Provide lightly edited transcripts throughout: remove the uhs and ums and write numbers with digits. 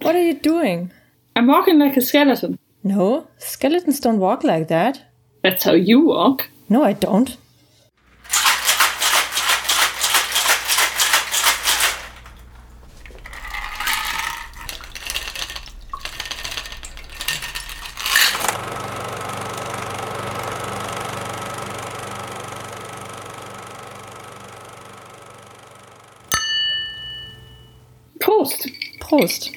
What are you doing? I'm walking like a skeleton. No, skeletons don't walk like that. That's how you walk. No, I don't. Prost. Prost.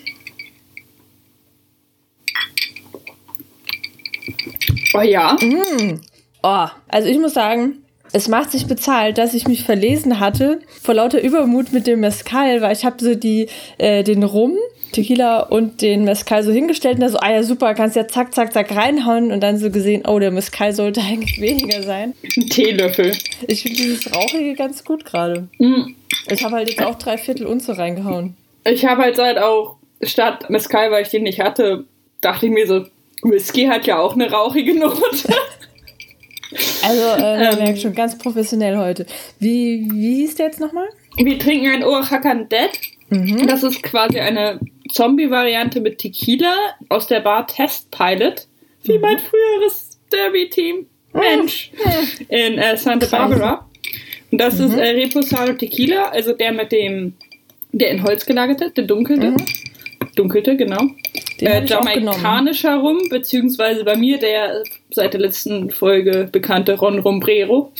Oh ja. Oh, also ich muss sagen, es macht sich bezahlt, dass ich mich verlesen hatte vor lauter Übermut mit dem Mezcal, weil ich habe so den Rum, Tequila und den Mezcal so hingestellt und da so, ja super, kannst ja zack, zack, zack reinhauen und dann so gesehen, oh, der Mezcal sollte eigentlich weniger sein. Ein Teelöffel. Ich finde dieses Rauchige ganz gut gerade. Ich habe halt jetzt auch 3/4 Unze reingehauen. Ich habe halt auch, statt Mezcal, weil ich den nicht hatte, dachte ich mir so, Whisky hat ja auch eine rauchige Note. Also, man merkt schon, ganz professionell heute. Wie hieß der jetzt nochmal? Wir trinken ein Oaxacan Dead. Das ist quasi eine Zombie-Variante mit Tequila aus der Bar Test Pilot. Wie mein früheres Derby-Team. Mensch. In Santa Barbara. Und das ist Reposado Tequila, also der in Holz gelagerte, der dunkelte. Dunkelte, genau. Jamaikanischer Rum, beziehungsweise bei mir der seit der letzten Folge bekannte Ron Rumbrero.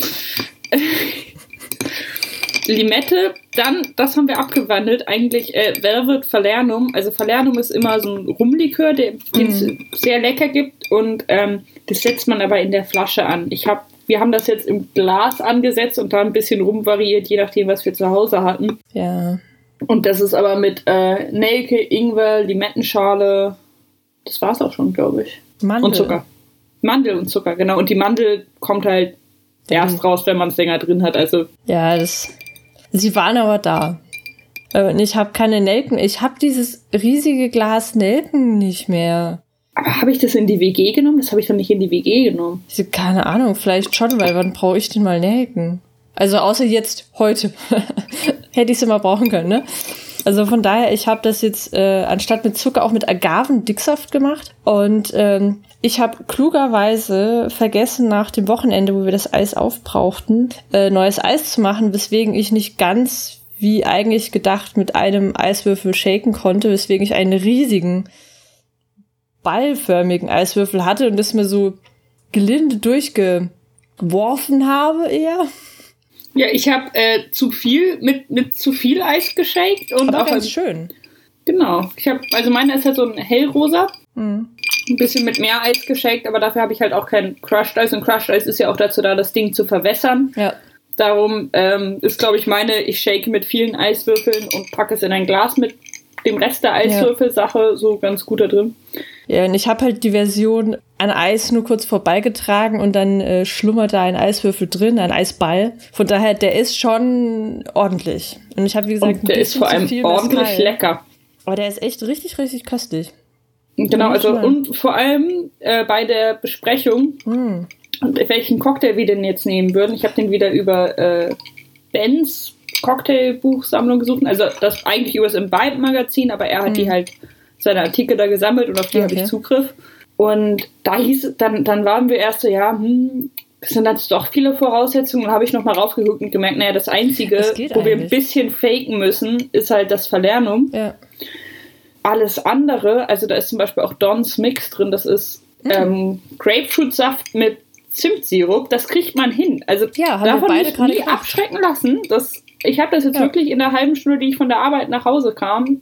Limette, dann, das haben wir abgewandelt, eigentlich Velvet Falernum. Also Falernum ist immer so ein Rumlikör, den es sehr lecker gibt und das setzt man aber in der Flasche an. Wir haben das jetzt im Glas angesetzt und da ein bisschen rumvariiert, je nachdem, was wir zu Hause hatten. Ja. Und das ist aber mit Nelke, Ingwer, Limettenschale. Das war's auch schon, glaube ich. Mandel. Und Zucker. Mandel und Zucker, genau. Und die Mandel kommt halt erst raus, wenn man es länger drin hat. Also ja, sie waren aber da. Und ich habe keine Nelken. Ich habe dieses riesige Glas Nelken nicht mehr. Aber habe ich das in die WG genommen? Das habe ich doch nicht in die WG genommen. Keine Ahnung, vielleicht schon, weil wann brauche ich denn mal Nelken? Also außer jetzt heute. Hätte ich es immer brauchen können, ne? Also von daher, ich habe das jetzt anstatt mit Zucker auch mit Agavendicksaft gemacht. Und ich habe klugerweise vergessen, nach dem Wochenende, wo wir das Eis aufbrauchten, neues Eis zu machen, weswegen ich nicht ganz, wie eigentlich gedacht, mit einem Eiswürfel shaken konnte, weswegen ich einen riesigen, ballförmigen Eiswürfel hatte und das mir so gelinde durchgeworfen habe eher. Ja, ich habe zu viel mit zu viel Eis geshakt und aber auch ganz schön. Genau. Also meiner ist halt so ein hellrosa. Ein bisschen mit mehr Eis geshakt, aber dafür habe ich halt auch kein Crushed Eis und Crushed Eis ist ja auch dazu da, das Ding zu verwässern. Ja. Darum ist, glaube ich, ich shake mit vielen Eiswürfeln und packe es in ein Glas mit dem Rest der Eiswürfelsache so ganz gut da drin. Ja, und ich habe halt die Version an Eis nur kurz vorbeigetragen und dann schlummert da ein Eiswürfel drin, ein Eisball. Von daher, der ist schon ordentlich. Und ich habe, wie gesagt, und der ist vor allem ordentlich lecker. Aber der ist echt richtig, richtig köstlich. Genau, also und vor allem bei der Besprechung, welchen Cocktail wir denn jetzt nehmen würden. Ich habe den wieder über Bens Cocktailbuchsammlung gesucht, also das eigentlich über das Imbibe-Magazin, aber er hat die halt seine Artikel da gesammelt und auf die habe ich Zugriff. Und da dann waren wir erst so, das sind dann doch viele Voraussetzungen. Dann habe ich nochmal raufgeguckt und gemerkt, naja, das Einzige, wo wir ein bisschen faken müssen, ist halt das Falernum. Ja. Alles andere, also da ist zum Beispiel auch Don's Mix drin, das ist Grapefruitsaft mit Zimtsirup, das kriegt man hin. Also davon nicht nie abschrecken lassen. Ich habe das jetzt wirklich in der halben Stunde, die ich von der Arbeit nach Hause kam,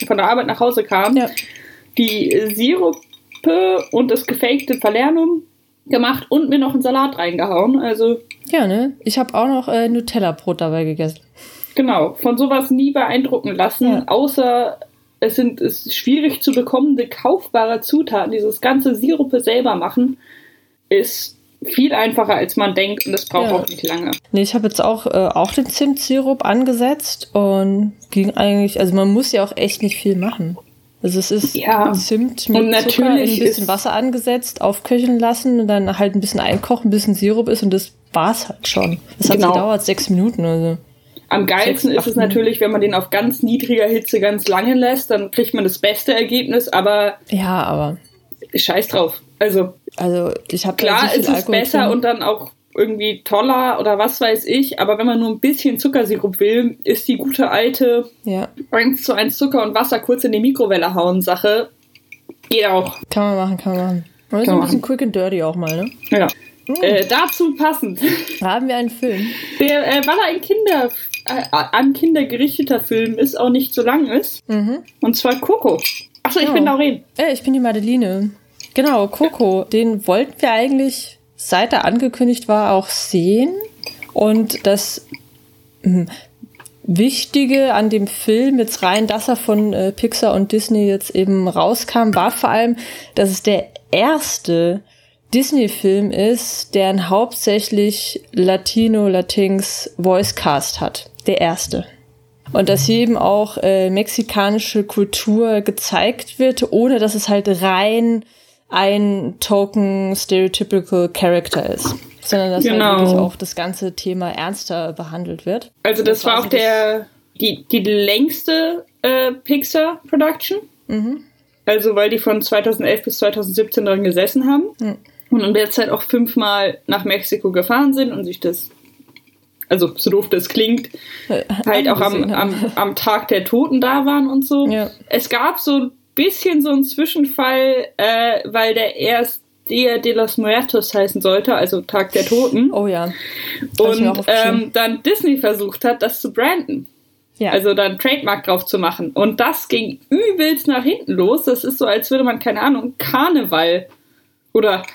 die Sirupe und das gefakte Falernum gemacht und mir noch einen Salat reingehauen. Also ja, ne? Ich habe auch noch Nutella-Brot dabei gegessen. Genau, von sowas nie beeindrucken lassen, außer es ist schwierig zu bekommende, kaufbare Zutaten. Dieses ganze Sirupe selber machen ist viel einfacher, als man denkt und das braucht auch nicht lange. Nee, ich habe jetzt auch den Zimtsirup angesetzt und ging eigentlich, also man muss ja auch echt nicht viel machen. Also es ist Zimt mit und Zucker in ein bisschen Wasser angesetzt, aufköcheln lassen und dann halt ein bisschen einkochen, ein bisschen Sirup ist und das war's halt schon. Das hat gedauert 6 Minuten oder so. Am geilsten 6, ist es natürlich, wenn man den auf ganz niedriger Hitze ganz lange lässt, dann kriegt man das beste Ergebnis, aber scheiß drauf. Also ich habe klar ist es besser und dann auch irgendwie toller oder was weiß ich, aber wenn man nur ein bisschen Zuckersirup will, ist die gute alte 1:1 Zucker und Wasser kurz in die Mikrowelle hauen Sache, geht auch. Kann man machen. Aber ist ein bisschen quick and dirty auch mal, ne? Ja. Dazu passend. Haben wir einen Film. Weil er an Kinder gerichteter Film ist, auch nicht so lang ist. Und zwar Coco. Achso, ich bin Lauren. Ich bin die Madeline. Genau, Coco. Den wollten wir eigentlich, seit er angekündigt war, auch sehen. Und das Wichtige an dem Film, jetzt rein, dass er von Pixar und Disney jetzt eben rauskam, war vor allem, dass es der erste Disney-Film ist, der einen hauptsächlich Latino-Latinx Voice-Cast hat. Der erste. Und dass hier eben auch mexikanische Kultur gezeigt wird, ohne dass es halt rein ein Token Stereotypical Character ist. Sondern dass halt wirklich auch das ganze Thema ernster behandelt wird. Also das war auch die längste Pixar-Production. Also weil die von 2011 bis 2017 dran gesessen haben. Und in der Zeit auch 5-mal nach Mexiko gefahren sind und sich das, also so doof das klingt, halt auch am Tag der Toten da waren und so. Ja. Es gab so ein bisschen so einen Zwischenfall, weil der erst Dia de los Muertos heißen sollte, also Tag der Toten. Oh ja. Und dann Disney versucht hat, das zu branden. Ja. Also dann Trademark drauf zu machen. Und das ging übelst nach hinten los. Das ist so, als würde man, keine Ahnung, Karneval oder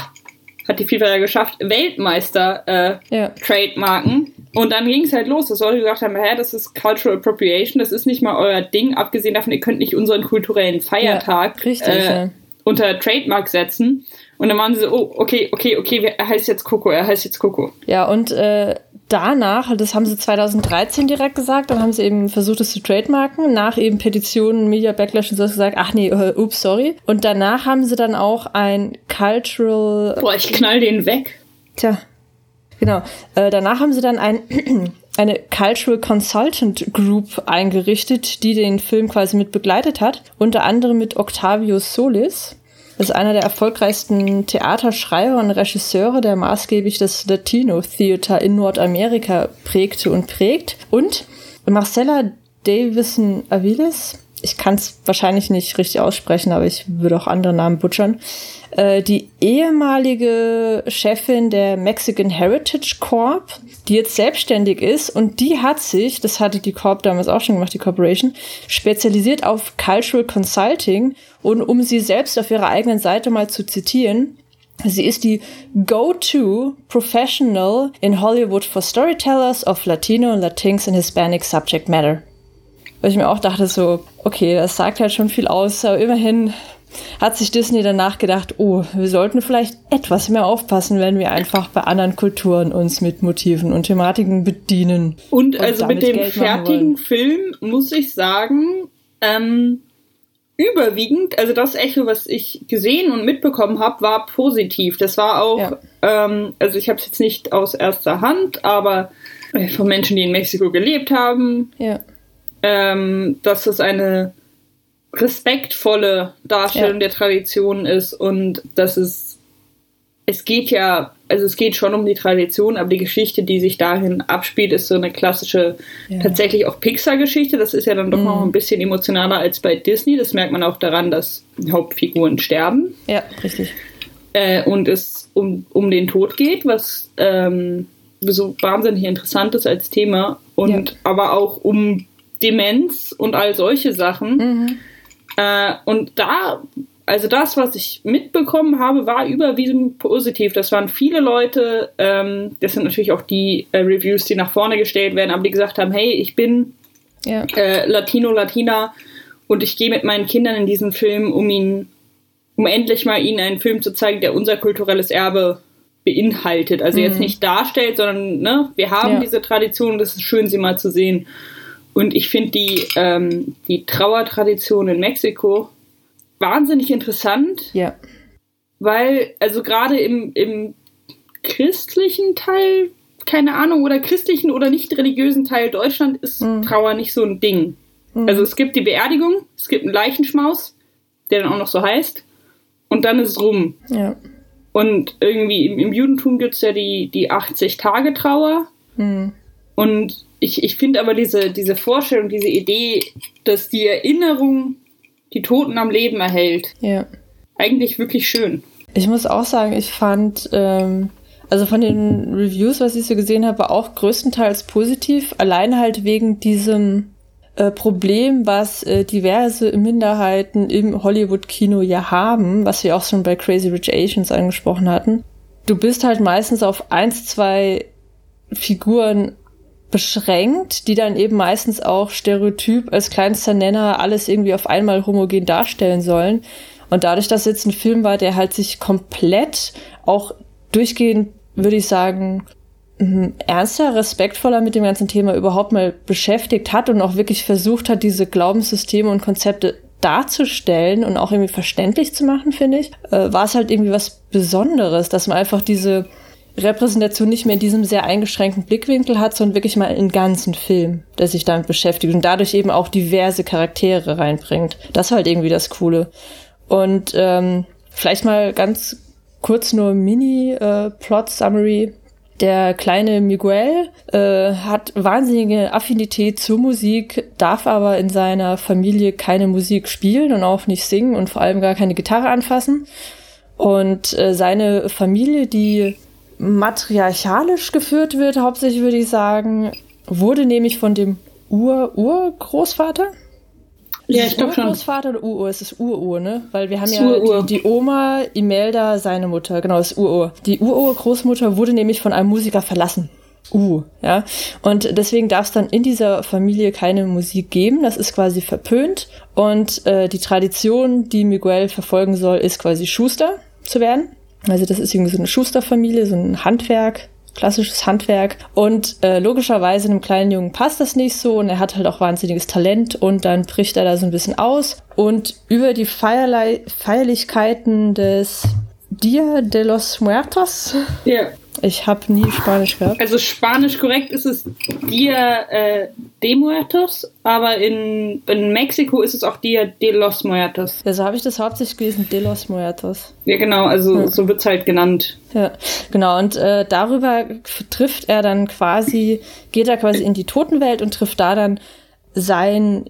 hat die FIFA ja geschafft, Weltmeister trademarken. Und dann ging es halt los, dass Leute gesagt haben, das ist Cultural Appropriation, das ist nicht mal euer Ding, abgesehen davon, ihr könnt nicht unseren kulturellen Feiertag unter Trademark setzen. Und dann waren sie so, oh, okay, er heißt jetzt Coco. Ja, und danach, das haben sie 2013 direkt gesagt, dann haben sie eben versucht, es zu trademarken, nach eben Petitionen, Media Backlash und so gesagt, ach nee, ups, sorry. Und danach haben sie dann auch ein Cultural... Boah, ich knall den weg. Tja, genau. Danach haben sie dann eine Cultural Consultant Group eingerichtet, die den Film quasi mit begleitet hat, unter anderem mit Octavio Solis. Das ist einer der erfolgreichsten Theaterschreiber und Regisseure, der maßgeblich das Latino Theater in Nordamerika prägte und prägt. Und Marcela Davison Aviles, ich kann es wahrscheinlich nicht richtig aussprechen, aber ich würde auch andere Namen butchern, die ehemalige Chefin der Mexican Heritage Corp, die jetzt selbstständig ist, und die hat sich, das hatte die Corp damals auch schon gemacht, die Corporation, spezialisiert auf Cultural Consulting, und um sie selbst auf ihrer eigenen Seite mal zu zitieren, sie ist die Go-To Professional in Hollywood for Storytellers of Latino, Latinx and Hispanic Subject Matter. Weil ich mir auch dachte so, okay, das sagt halt schon viel aus, aber immerhin hat sich Disney danach gedacht, oh, wir sollten vielleicht etwas mehr aufpassen, wenn wir einfach bei anderen Kulturen uns mit Motiven und Thematiken bedienen. Und also mit dem fertigen Film muss ich sagen, überwiegend, also das Echo, was ich gesehen und mitbekommen habe, war positiv. Das war auch, also ich habe es jetzt nicht aus erster Hand, aber von Menschen, die in Mexiko gelebt haben, dass es eine respektvolle Darstellung der Tradition ist und dass es geht schon um die Tradition, aber die Geschichte, die sich dahin abspielt, ist so eine klassische, tatsächlich auch Pixar-Geschichte. Das ist ja dann doch noch ein bisschen emotionaler als bei Disney. Das merkt man auch daran, dass Hauptfiguren sterben. Ja, richtig. Und es um den Tod geht, was so wahnsinnig interessant ist als Thema. Und aber auch um Demenz und all solche Sachen. Und also das, was ich mitbekommen habe, war überwiegend positiv. Das waren viele Leute, das sind natürlich auch die Reviews, die nach vorne gestellt werden, aber die gesagt haben, hey, ich bin Latina und ich gehe mit meinen Kindern in diesen Film, um endlich mal ihnen einen Film zu zeigen, der unser kulturelles Erbe beinhaltet. Also jetzt nicht darstellt, sondern wir haben diese Tradition, das ist schön, sie mal zu sehen. Und ich finde die Trauertradition in Mexiko wahnsinnig interessant, weil, also gerade im christlichen Teil keine Ahnung, oder christlichen oder nicht religiösen Teil Deutschland ist Trauer nicht so ein Ding. Also es gibt die Beerdigung, es gibt einen Leichenschmaus, der dann auch noch so heißt, und dann ist es rum. Ja. Und irgendwie im Judentum gibt es ja die 80-Tage-Trauer. Und ich finde aber diese Vorstellung, diese Idee, dass die Erinnerung die Toten am Leben erhält, eigentlich wirklich schön. Ich muss auch sagen, ich fand, also von den Reviews, was ich so gesehen habe, war auch größtenteils positiv. Allein halt wegen diesem Problem, was diverse Minderheiten im Hollywood-Kino ja haben, was wir auch schon bei Crazy Rich Asians angesprochen hatten. Du bist halt meistens auf 1, 2 Figuren beschränkt, die dann eben meistens auch stereotyp als kleinster Nenner alles irgendwie auf einmal homogen darstellen sollen. Und dadurch, dass jetzt ein Film war, der halt sich komplett auch durchgehend, würde ich sagen, ernster, respektvoller mit dem ganzen Thema überhaupt mal beschäftigt hat und auch wirklich versucht hat, diese Glaubenssysteme und Konzepte darzustellen und auch irgendwie verständlich zu machen, finde ich, war es halt irgendwie was Besonderes, dass man einfach diese Repräsentation nicht mehr in diesem sehr eingeschränkten Blickwinkel hat, sondern wirklich mal einen ganzen Film, der sich damit beschäftigt und dadurch eben auch diverse Charaktere reinbringt. Das war halt irgendwie das Coole. Und vielleicht mal ganz kurz nur Mini-Plot-Summary. Der kleine Miguel hat wahnsinnige Affinität zur Musik, darf aber in seiner Familie keine Musik spielen und auch nicht singen und vor allem gar keine Gitarre anfassen. Und seine Familie, die matriarchalisch geführt wird, hauptsächlich würde ich sagen, wurde nämlich von dem Urgroßvater. Ja, ich glaube schon. Urgroßvater oder Urur? Es ist Urur, ne? Weil wir haben ja die Oma, Imelda, seine Mutter. Genau, das ist Urur. Die Urgroßmutter wurde nämlich von einem Musiker verlassen. Ja. Und deswegen darf es dann in dieser Familie keine Musik geben. Das ist quasi verpönt. Und die Tradition, die Miguel verfolgen soll, ist quasi Schuster zu werden. Also das ist irgendwie so eine Schusterfamilie, so ein Handwerk, klassisches Handwerk. Und logischerweise einem kleinen Jungen passt das nicht so und er hat halt auch wahnsinniges Talent und dann bricht er da so ein bisschen aus. Und über die Feierlichkeiten des Dia de los Muertos. Ja. Ich habe nie Spanisch gehabt. Also Spanisch korrekt ist es Dia de Muertos, aber in Mexiko ist es auch Dia de los Muertos. Ja, so habe ich das hauptsächlich gelesen, de los Muertos. Ja, genau, also so wird's halt genannt. Ja, genau, und darüber geht er quasi in die Totenwelt und trifft da dann sein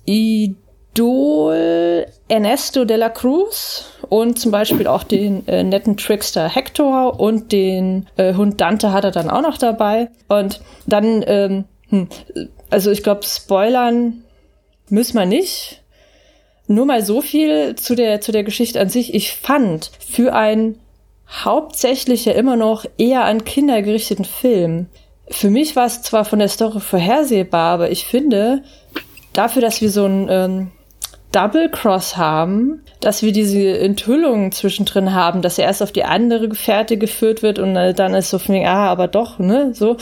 Idol Ernesto de la Cruz und zum Beispiel auch den netten Trickster Hector und den Hund Dante hat er dann auch noch dabei. Und dann, also ich glaube, spoilern müssen wir nicht. Nur mal so viel zu der Geschichte an sich. Ich fand, für einen hauptsächlich ja immer noch eher an Kinder gerichteten Film, für mich war es zwar von der Story vorhersehbar, aber ich finde, dafür, dass wir so ein Double Cross haben, dass wir diese Enthüllung zwischendrin haben, dass er erst auf die andere Fährte geführt wird und dann ist so von wegen, aber doch, ne, so,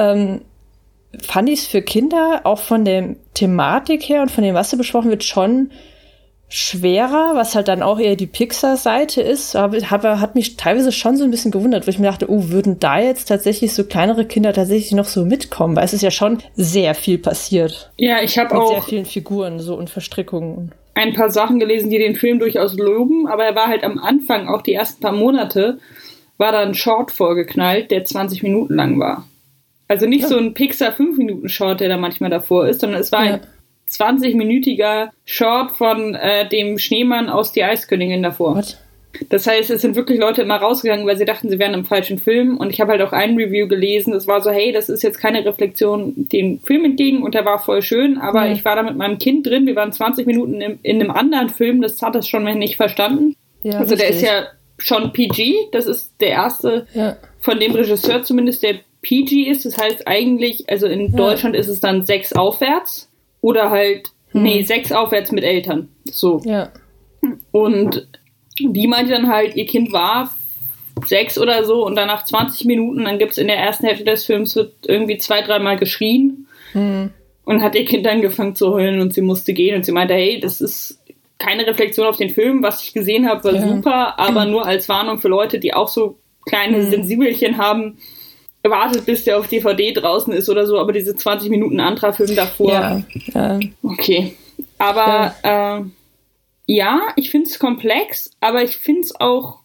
fand ich es für Kinder auch von der Thematik her und von dem, was da besprochen wird, schon schwerer, was halt dann auch eher die Pixar-Seite ist, aber hat mich teilweise schon so ein bisschen gewundert, wo ich mir dachte, würden da jetzt tatsächlich so kleinere Kinder tatsächlich noch so mitkommen, weil es ist ja schon sehr viel passiert. Ja, ich habe auch sehr vielen Figuren so und Verstrickungen. Ein paar Sachen gelesen, die den Film durchaus loben, aber er war halt am Anfang, auch die ersten paar Monate, war da ein Short vorgeknallt, der 20 Minuten lang war. Also nicht so ein Pixar 5-Minuten-Short, der da manchmal davor ist, sondern es war ein 20-minütiger Short von dem Schneemann aus Die Eiskönigin davor. What? Das heißt, es sind wirklich Leute immer rausgegangen, weil sie dachten, sie wären im falschen Film. Und ich habe halt auch ein Review gelesen, das war so, hey, das ist jetzt keine Reflexion dem Film entgegen und der war voll schön, aber ich war da mit meinem Kind drin, wir waren 20 Minuten in einem anderen Film, das hat das schon nicht verstanden. Ja, also der ist ja schon PG, das ist der erste von dem Regisseur zumindest, der PG ist. Das heißt eigentlich, also in Deutschland ist es dann 6 aufwärts. Oder halt, 6 aufwärts mit Eltern. So. Ja. Und die meinte dann halt, ihr Kind war 6 oder so und dann nach 20 Minuten, dann gibt's in der ersten Hälfte des Films, wird irgendwie 2-3 Mal geschrien und hat ihr Kind angefangen zu heulen und sie musste gehen und sie meinte, hey, das ist keine Reflexion auf den Film, was ich gesehen habe, war super, aber nur als Warnung für Leute, die auch so kleine Sensibelchen haben, wartet, bis der auf DVD draußen ist oder so, aber diese 20 Minuten Antra-Film davor. Ja. Okay. Aber ich finde es komplex, aber ich finde es auch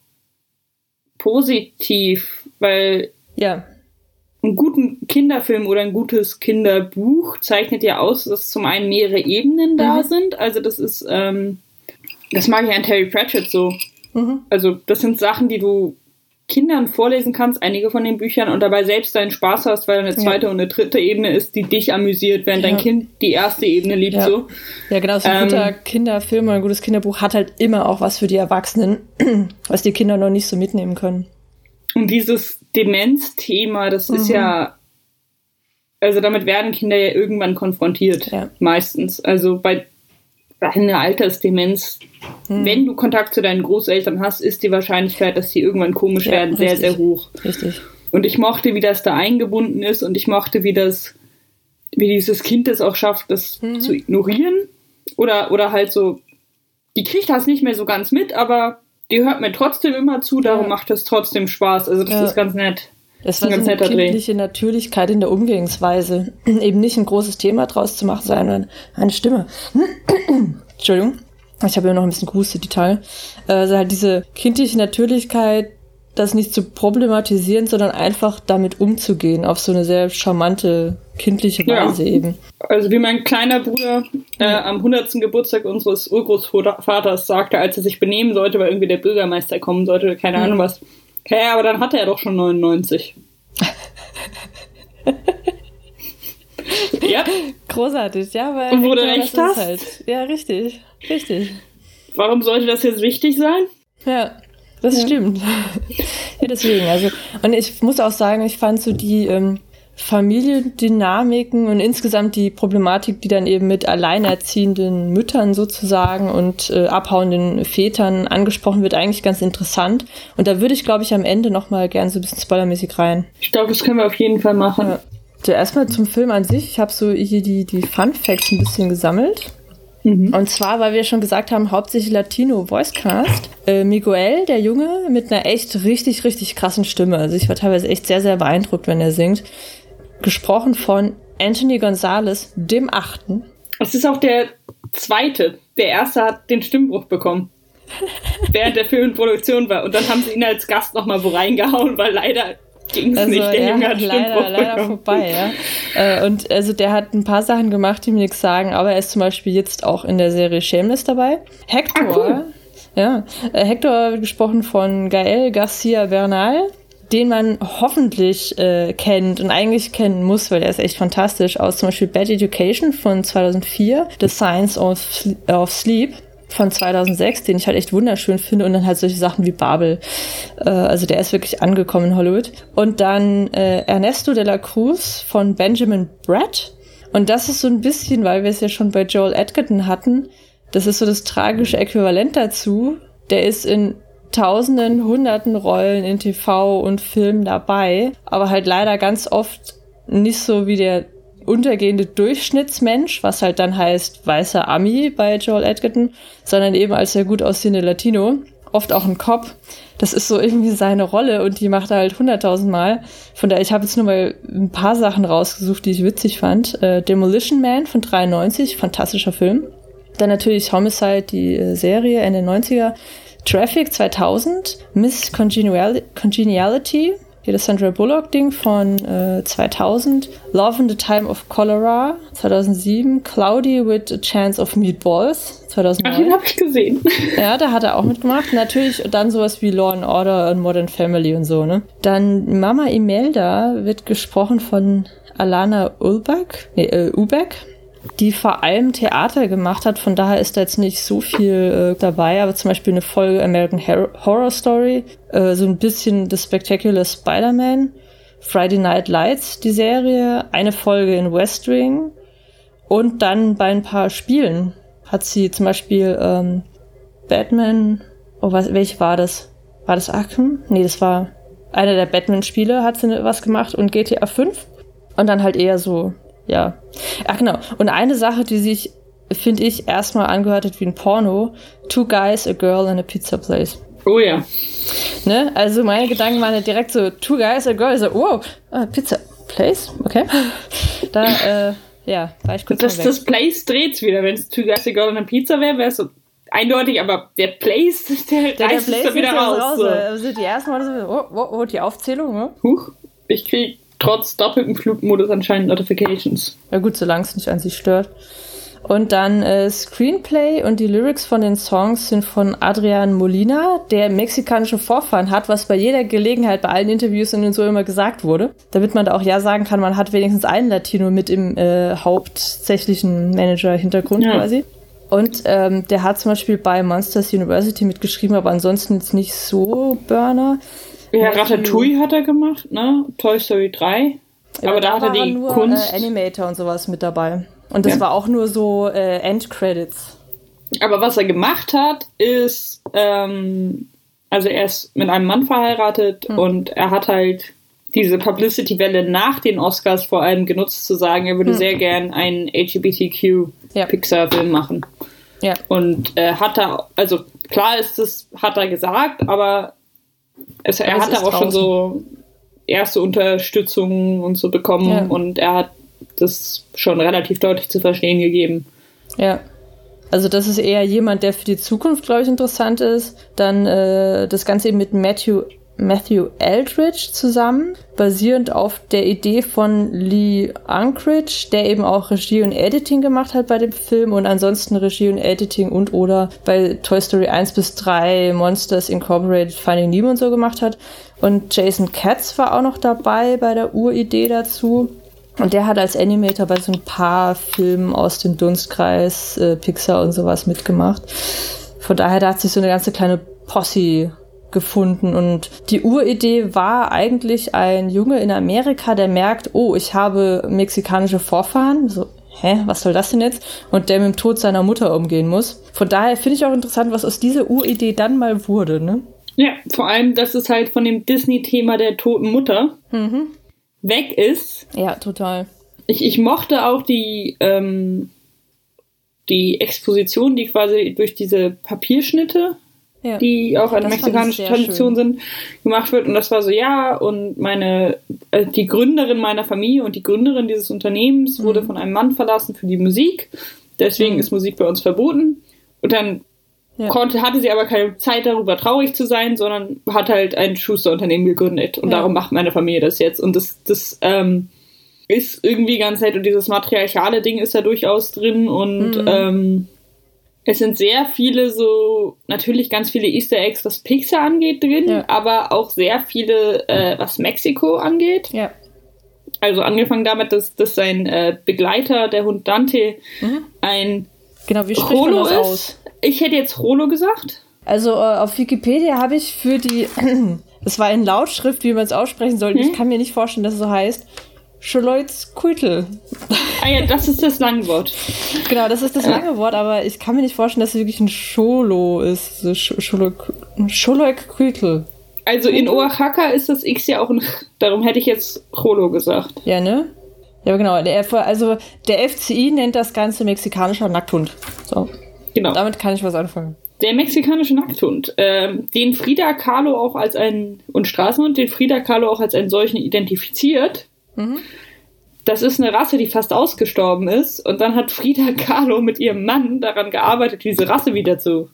positiv, weil einen guten Kinderfilm oder ein gutes Kinderbuch zeichnet ja aus, dass zum einen mehrere Ebenen da sind. Also das ist, das mag ich an Terry Pratchett so. Also das sind Sachen, die du Kindern vorlesen kannst, einige von den Büchern, und dabei selbst deinen Spaß hast, weil eine zweite und eine dritte Ebene ist, die dich amüsiert, während dein Kind die erste Ebene liebt. So. Ja, genau, so ein guter Kinderfilm oder ein gutes Kinderbuch hat halt immer auch was für die Erwachsenen, was die Kinder noch nicht so mitnehmen können. Und dieses Demenz-Thema, das ist ja, also damit werden Kinder ja irgendwann konfrontiert, meistens. Also bei einer Altersdemenz, wenn du Kontakt zu deinen Großeltern hast, ist die Wahrscheinlichkeit, dass sie irgendwann komisch werden, sehr, sehr hoch. Richtig. Und ich mochte, wie das da eingebunden ist, und ich mochte, wie dieses Kind es auch schafft, das zu ignorieren. Oder halt so, die kriegt das nicht mehr so ganz mit, aber die hört mir trotzdem immer zu, darum macht es trotzdem Spaß. Also das ist ganz nett. Das war so eine kindliche Natürlichkeit in der Umgehensweise. Eben nicht ein großes Thema draus zu machen, sondern eine Stimme. Entschuldigung, ich habe ja noch ein bisschen gehustet, die Teil. Also halt diese kindliche Natürlichkeit, das nicht zu problematisieren, sondern einfach damit umzugehen, auf so eine sehr charmante, kindliche Weise eben. Also wie mein kleiner Bruder am 100. Geburtstag unseres Urgroßvaters sagte, als er sich benehmen sollte, weil irgendwie der Bürgermeister kommen sollte, oder keine Ahnung was. Ja, aber dann hatte er doch schon 99. Ja. Großartig, ja, weil und wo du recht hast. Halt. Ja, richtig. Warum sollte das jetzt wichtig sein? Ja, das stimmt. Ja, deswegen, also, und ich muss auch sagen, ich fand so die Familiendynamiken und insgesamt die Problematik, die dann eben mit alleinerziehenden Müttern sozusagen und abhauenden Vätern angesprochen wird, eigentlich ganz interessant. Und da würde ich, glaube ich, am Ende nochmal gern so ein bisschen spoilermäßig rein. Ich glaube, das können wir auf jeden Fall machen. Ja. So, erstmal zum Film an sich. Ich habe so hier die Fun Facts ein bisschen gesammelt. Und zwar, weil wir schon gesagt haben, hauptsächlich Latino Voicecast. Miguel, der Junge, mit einer echt richtig, richtig krassen Stimme. Also ich war teilweise echt sehr, sehr beeindruckt, wenn er singt. Gesprochen von Anthony Gonzalez, dem 8. Es ist auch der 2. Der 1. hat den Stimmbruch bekommen. Während der Film in Produktion war. Und dann haben sie ihn als Gast nochmal wo reingehauen, weil leider ging es nicht. Der Junge hat leider vorbei, ja. Und also der hat ein paar Sachen gemacht, die mir nichts sagen, aber er ist zum Beispiel jetzt auch in der Serie Shameless dabei. Hector, Hector wird gesprochen von Gael García Bernal, den man hoffentlich kennt und eigentlich kennen muss, weil er ist echt fantastisch, aus zum Beispiel Bad Education von 2004, The Science of Sleep von 2006, den ich halt echt wunderschön finde, und dann halt solche Sachen wie Babel. Also der ist wirklich angekommen in Hollywood. Und dann Ernesto de la Cruz von Benjamin Bratt. Und das ist so ein bisschen, weil wir es ja schon bei Joel Edgerton hatten, das ist so das tragische Äquivalent dazu. Der ist in Tausenden, Hunderten Rollen in TV und Filmen dabei, aber halt leider ganz oft nicht so wie der untergehende Durchschnittsmensch, was halt dann heißt weißer Ami bei Joel Edgerton, sondern eben als sehr gut aussehende Latino, oft auch ein Cop. Das ist so irgendwie seine Rolle und die macht er halt 100.000 Mal. Von daher, ich habe jetzt nur mal ein paar Sachen rausgesucht, die ich witzig fand. Demolition Man von 93, fantastischer Film. Dann natürlich Homicide, die Serie Ende 90er. Traffic 2000, Miss Congeniality, hier das Sandra Bullock-Ding von 2000, Love in the Time of Cholera 2007, Cloudy with a Chance of Meatballs 2009. Ach, den hab ich gesehen. Ja, da hat er auch mitgemacht. Natürlich dann sowas wie Law and Order und Modern Family und so, ne? Dann Mama Imelda wird gesprochen von Alana Ubach, die vor allem Theater gemacht hat, von daher ist da jetzt nicht so viel dabei, aber zum Beispiel eine Folge American Horror Story, so ein bisschen The Spectacular Spider-Man, Friday Night Lights, die Serie, eine Folge in West Wing und dann bei ein paar Spielen hat sie zum Beispiel Batman, welche war das? War das Arkham? Nee, das war einer der Batman-Spiele, hat sie was gemacht, und GTA 5 und dann halt eher so, ja. Ach genau. Und eine Sache, die sich, finde ich, erstmal angehört hat wie ein Porno. Two Guys, a Girl in a Pizza Place. Oh ja. Ne? Also meine Gedanken waren ja direkt so, two guys, a girl, so, wow, Pizza Place, okay. Da, war ich kurz mal weg. Das Place dreht's wieder, wenn es two guys, a girl und eine Pizza wäre es so eindeutig, aber der Place, der reißt es dann wieder raus. So. Also die ersten Mal so, die Aufzählung, ne? Huch, ich krieg trotz doppeltem Flugmodus anscheinend Notifications. Ja gut, solange es nicht an sich stört. Und dann Screenplay und die Lyrics von den Songs sind von Adrian Molina, der mexikanische Vorfahren hat, was bei jeder Gelegenheit, bei allen Interviews und so immer gesagt wurde. Damit man da auch ja sagen kann, man hat wenigstens einen Latino mit im hauptsächlichen Manager-Hintergrund quasi. Und der hat zum Beispiel bei Monsters University mitgeschrieben, aber ansonsten jetzt nicht so Burner. Ja, Ratatouille hat er gemacht, ne? Toy Story 3. Ja, aber da hat er die nur Kunst. Animator und sowas mit dabei. Und das war auch nur so Endcredits. Aber was er gemacht hat, ist, also er ist mit einem Mann verheiratet und er hat halt diese Publicity-Welle nach den Oscars vor allem genutzt, zu sagen, er würde sehr gern einen LGBTQ-Pixar-Film machen. Ja. Und hat er, also klar ist das, hat er gesagt, aber er hat da auch schon so erste Unterstützung und so bekommen und er hat das schon relativ deutlich zu verstehen gegeben. Ja. Also das ist eher jemand, der für die Zukunft, glaube ich, interessant ist. Dann das Ganze eben mit Matthew Eldridge zusammen, basierend auf der Idee von Lee Unkrich, der eben auch Regie und Editing gemacht hat bei dem Film und ansonsten Regie und Editing und oder bei Toy Story 1-3, Monsters Incorporated, Finding Nemo und so gemacht hat. Und Jason Katz war auch noch dabei bei der Uridee dazu. Und der hat als Animator bei so ein paar Filmen aus dem Dunstkreis, Pixar und sowas mitgemacht. Von daher, da hat sich so eine ganze kleine Posse gefunden. Und die Uridee war eigentlich ein Junge in Amerika, der merkt, oh, ich habe mexikanische Vorfahren. So, was soll das denn jetzt? Und der mit dem Tod seiner Mutter umgehen muss. Von daher finde ich auch interessant, was aus dieser Uridee dann mal wurde, ne? Ja, vor allem, dass es halt von dem Disney-Thema der toten Mutter weg ist. Ja, total. Ich mochte auch die Exposition, die quasi durch diese Papierschnitte, die auch eine mexikanische Tradition sind, gemacht wird. Und das war so, und die Gründerin meiner Familie und die Gründerin dieses Unternehmens wurde von einem Mann verlassen für die Musik. Deswegen ist Musik bei uns verboten. Und dann hatte sie aber keine Zeit, darüber traurig zu sein, sondern hat halt ein Schusterunternehmen gegründet. Und darum macht meine Familie das jetzt. Und das ist irgendwie ganz nett. Und dieses matriarchale Ding ist da durchaus drin. Und es sind sehr viele natürlich ganz viele Easter Eggs, was Pixar angeht, drin, aber auch sehr viele, was Mexiko angeht. Ja. Also angefangen damit, dass sein Begleiter, der Hund Dante, ein wie spricht man das aus? Ich hätte jetzt Rolo gesagt. Also auf Wikipedia habe ich für die, es war in Lautschrift, wie man es aussprechen soll, ich kann mir nicht vorstellen, dass es so heißt, Xoloitzcuitl. Ah ja, das ist das lange Wort. Genau, das ist das lange Wort, aber ich kann mir nicht vorstellen, dass es wirklich ein Xolo ist. So Xoloitzcuitl. Also in Oaxaca ist das X ja auch ein Ch, darum hätte ich jetzt Cholo gesagt. Ja, ne? Ja, genau. Der FCI nennt das Ganze mexikanischer Nackthund. So. Genau. Damit kann ich was anfangen. Der mexikanische Nackthund, den Frida Kahlo auch als und Straßenhund, den Frida Kahlo auch als einen solchen identifiziert. Das ist eine Rasse, die fast ausgestorben ist. Und dann hat Frida Kahlo mit ihrem Mann daran gearbeitet, diese Rasse wieder zu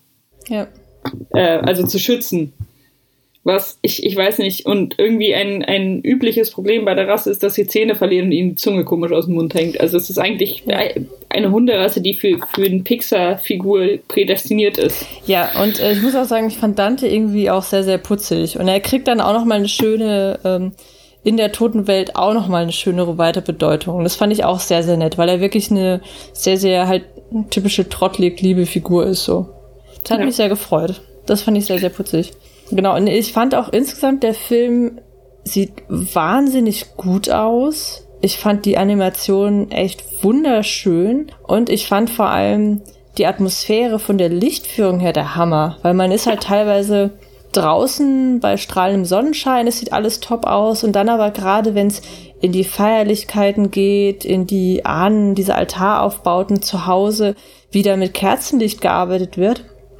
schützen. Was, ich weiß nicht, und irgendwie ein übliches Problem bei der Rasse ist, dass sie Zähne verlieren und ihnen die Zunge komisch aus dem Mund hängt. Also es ist eigentlich eine Hunderasse, die für eine Pixar-Figur prädestiniert ist. Ja, und ich muss auch sagen, ich fand Dante irgendwie auch sehr, sehr putzig. Und er kriegt dann auch nochmal eine schöne, in der toten Welt auch nochmal eine schönere Weiterbedeutung. Und das fand ich auch sehr, sehr nett, weil er wirklich eine sehr, sehr halt typische trottelig-liebe Figur ist. So. Das hat mich sehr gefreut. Das fand ich sehr, sehr putzig. Genau, und ich fand auch insgesamt, der Film sieht wahnsinnig gut aus. Ich fand die Animation echt wunderschön und ich fand vor allem die Atmosphäre von der Lichtführung her der Hammer, weil man ist halt teilweise draußen bei strahlendem Sonnenschein, es sieht alles top aus und dann aber gerade, wenn es in die Feierlichkeiten geht, in die Ahnen, diese Altaraufbauten zu Hause, wieder mit Kerzenlicht gearbeitet wird.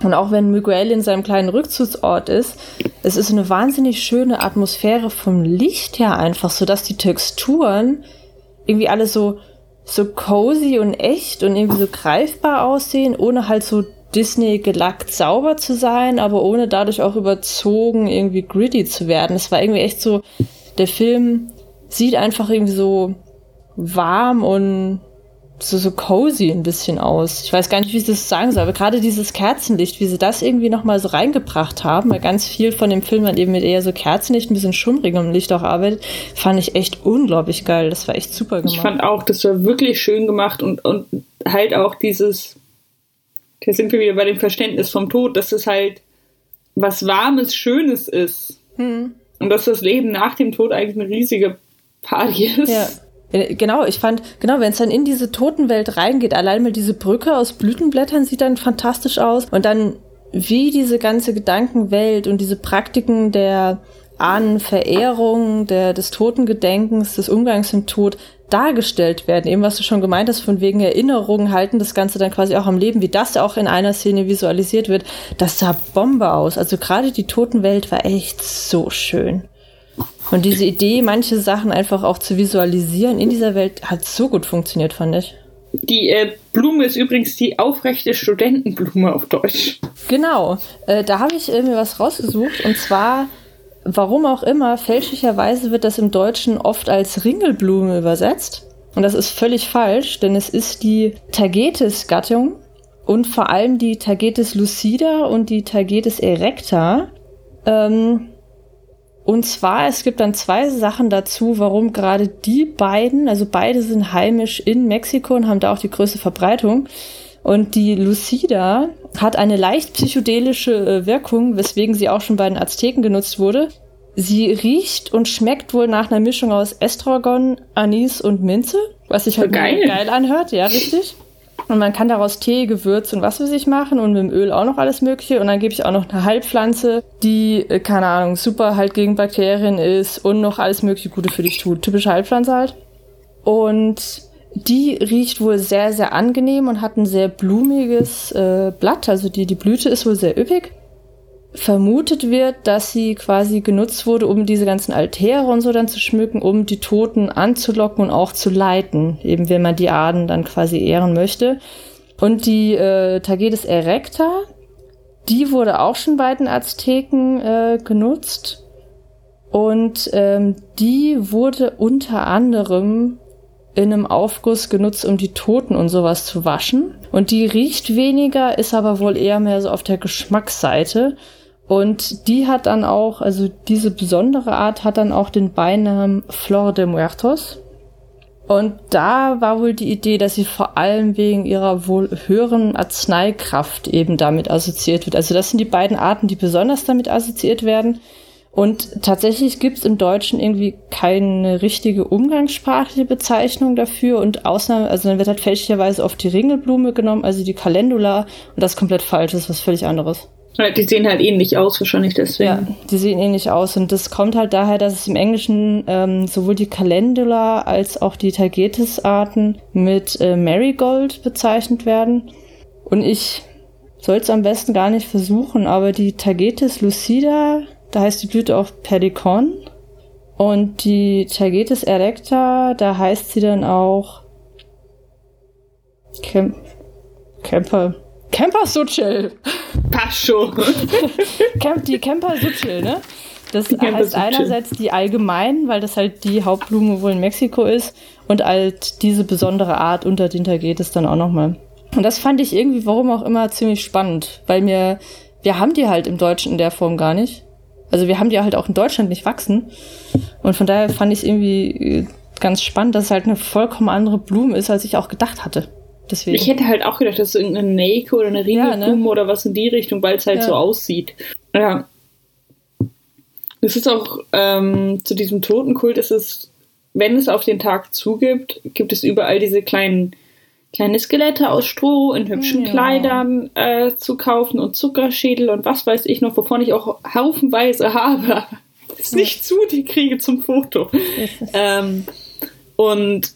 Und auch wenn Miguel in seinem kleinen Rückzugsort ist, es ist eine wahnsinnig schöne Atmosphäre vom Licht her einfach, sodass die Texturen irgendwie alle so cozy und echt und irgendwie so greifbar aussehen, ohne halt so Disney gelackt sauber zu sein, aber ohne dadurch auch überzogen irgendwie gritty zu werden. Es war irgendwie echt so, der Film sieht einfach irgendwie so warm und so cozy ein bisschen aus. Ich weiß gar nicht, wie ich das sagen soll, aber gerade dieses Kerzenlicht, wie sie das irgendwie nochmal so reingebracht haben, weil ganz viel von dem Film dann eben mit eher so Kerzenlicht, ein bisschen schummrigem Licht auch arbeitet, fand ich echt unglaublich geil. Das war echt super gemacht. Ich fand auch, das war wirklich schön gemacht und halt auch dieses, da sind wir wieder bei dem Verständnis vom Tod, dass es halt was Warmes, Schönes ist. Und dass das Leben nach dem Tod eigentlich eine riesige Party ist. Ja. Genau, ich fand, wenn es dann in diese Totenwelt reingeht, allein mal diese Brücke aus Blütenblättern sieht dann fantastisch aus. Und dann, wie diese ganze Gedankenwelt und diese Praktiken der Ahnenverehrung, des Totengedenkens, des Umgangs im Tod dargestellt werden. Eben, was du schon gemeint hast, von wegen Erinnerungen halten das Ganze dann quasi auch am Leben, wie das auch in einer Szene visualisiert wird. Das sah Bombe aus. Also gerade die Totenwelt war echt so schön. Und diese Idee, manche Sachen einfach auch zu visualisieren in dieser Welt, hat so gut funktioniert, fand ich. Die Blume ist übrigens die aufrechte Studentenblume auf Deutsch. Genau, da habe ich mir was rausgesucht. Und zwar, warum auch immer, fälschlicherweise wird das im Deutschen oft als Ringelblume übersetzt. Und das ist völlig falsch, denn es ist die Tagetes-Gattung und vor allem die Tagetes lucida und die Tagetes erecta. Und zwar, es gibt dann 2 Sachen dazu, warum gerade die beiden, also beide sind heimisch in Mexiko und haben da auch die größte Verbreitung. Und die Lucida hat eine leicht psychedelische Wirkung, weswegen sie auch schon bei den Azteken genutzt wurde. Sie riecht und schmeckt wohl nach einer Mischung aus Estragon, Anis und Minze, was sich halt geil anhört, ja, richtig. Und man kann daraus Tee, Gewürz und was weiß ich machen und mit dem Öl auch noch alles Mögliche. Und dann gebe ich auch noch eine Heilpflanze, die, keine Ahnung, super halt gegen Bakterien ist und noch alles Mögliche Gute für dich tut. Typische Heilpflanze halt. Und die riecht wohl sehr, sehr angenehm und hat ein sehr blumiges Blatt. Also die Blüte ist wohl sehr üppig. Vermutet wird, dass sie quasi genutzt wurde, um diese ganzen Altäre und so dann zu schmücken, um die Toten anzulocken und auch zu leiten, eben wenn man die Ahnen dann quasi ehren möchte. Und die Tagetes erecta, die wurde auch schon bei den Azteken genutzt. Und die wurde unter anderem in einem Aufguss genutzt, um die Toten und sowas zu waschen. Und die riecht weniger, ist aber wohl eher mehr so auf der Geschmacksseite. Und die hat dann auch, also diese besondere Art hat dann auch den Beinamen Flor de Muertos. Und da war wohl die Idee, dass sie vor allem wegen ihrer wohl höheren Arzneikraft eben damit assoziiert wird. Also das sind die beiden Arten, die besonders damit assoziiert werden. Und tatsächlich gibt es im Deutschen irgendwie keine richtige umgangssprachliche Bezeichnung dafür. Und also dann wird halt fälschlicherweise oft die Ringelblume genommen, also die Calendula. Und das ist komplett falsch, das ist was völlig anderes. Die sehen halt ähnlich aus, wahrscheinlich deswegen. Ja, die sehen ähnlich aus. Und das kommt halt daher, dass es im Englischen sowohl die Calendula als auch die Tagetes-Arten mit Marigold bezeichnet werden. Und ich soll es am besten gar nicht versuchen, aber die Tagetes lucida, da heißt die Blüte auch Pelikan. Und die Tagetes erecta, da heißt sie dann auch Cempasúchil. Pascho. Die Cempasúchil, ne? Das heißt einerseits die allgemein, weil das halt die Hauptblume wohl in Mexiko ist und halt diese besondere Art unter den Tagetes dann auch nochmal. Und das fand ich irgendwie, warum auch immer, ziemlich spannend, weil wir haben die halt im Deutschen in der Form gar nicht. Also wir haben die halt auch in Deutschland nicht wachsen. Und von daher fand ich es irgendwie ganz spannend, dass es halt eine vollkommen andere Blume ist, als ich auch gedacht hatte. Deswegen. Ich hätte halt auch gedacht, dass es irgendeine Nelke oder eine Ringelblume oder was in die Richtung, weil es halt so aussieht. Ja. Es ist auch zu diesem Totenkult, wenn es auf den Tag zugibt, gibt es überall diese kleine Skelette aus Stroh in hübschen Kleidern zu kaufen und Zuckerschädel und was weiß ich noch, wovon ich auch haufenweise habe. Ist nicht zu, die kriege zum Foto. Und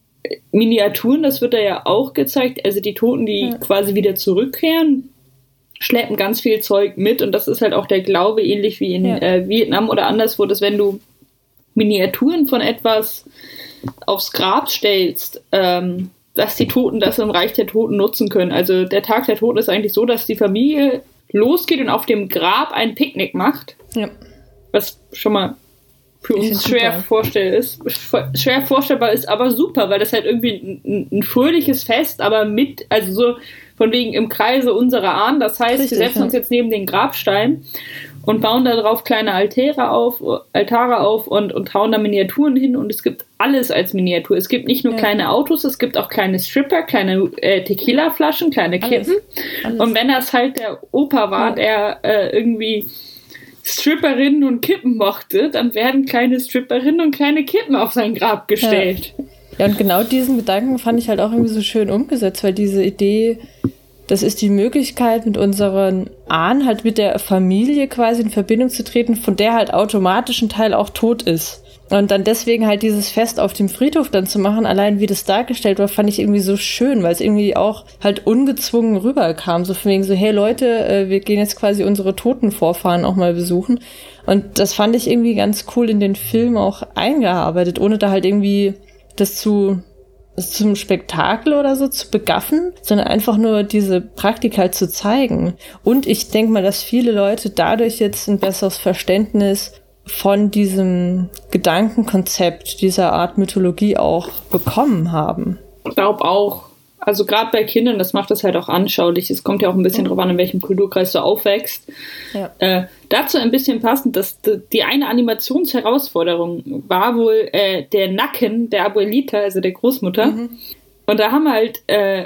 Miniaturen, das wird da ja auch gezeigt, also die Toten, die quasi wieder zurückkehren, schleppen ganz viel Zeug mit und das ist halt auch der Glaube, ähnlich wie in Vietnam oder anderswo, dass wenn du Miniaturen von etwas aufs Grab stellst, dass die Toten das im Reich der Toten nutzen können. Also der Tag der Toten ist eigentlich so, dass die Familie losgeht und auf dem Grab ein Picknick macht. Ja. Was schon mal für uns schwer vorstellbar ist, aber super, weil das halt irgendwie ein fröhliches Fest, aber also so von wegen im Kreise unserer Ahnen. Das heißt, richtig, wir setzen uns jetzt neben den Grabstein und bauen da drauf kleine Altare auf und hauen da Miniaturen hin und es gibt alles als Miniatur. Es gibt nicht nur kleine Autos, es gibt auch kleine Stripper, kleine Tequila-Flaschen, kleine Kippen. Alles. Und wenn das halt der Opa war, der irgendwie Stripperinnen und Kippen mochte, dann werden kleine Stripperinnen und kleine Kippen auf sein Grab gestellt. Ja, und genau diesen Gedanken fand ich halt auch irgendwie so schön umgesetzt, weil diese Idee, das ist die Möglichkeit, mit unseren Ahnen, halt mit der Familie quasi in Verbindung zu treten, von der halt automatisch ein Teil auch tot ist. Und dann deswegen halt dieses Fest auf dem Friedhof dann zu machen, allein wie das dargestellt war, fand ich irgendwie so schön, weil es irgendwie auch halt ungezwungen rüberkam. So von wegen so, hey Leute, wir gehen jetzt quasi unsere toten Vorfahren auch mal besuchen. Und das fand ich irgendwie ganz cool in den Film auch eingearbeitet, ohne da halt irgendwie das zum Spektakel oder so zu begaffen, sondern einfach nur diese Praktik halt zu zeigen. Und ich denke mal, dass viele Leute dadurch jetzt ein besseres Verständnis von diesem Gedankenkonzept, dieser Art Mythologie auch bekommen haben. Ich glaube auch. Also gerade bei Kindern, das macht das halt auch anschaulich. Es kommt ja auch ein bisschen drauf an, in welchem Kulturkreis du aufwächst. Ja. Dazu ein bisschen passend, dass die eine Animationsherausforderung war wohl der Nacken der Abuelita, also der Großmutter. Mhm. Und da haben halt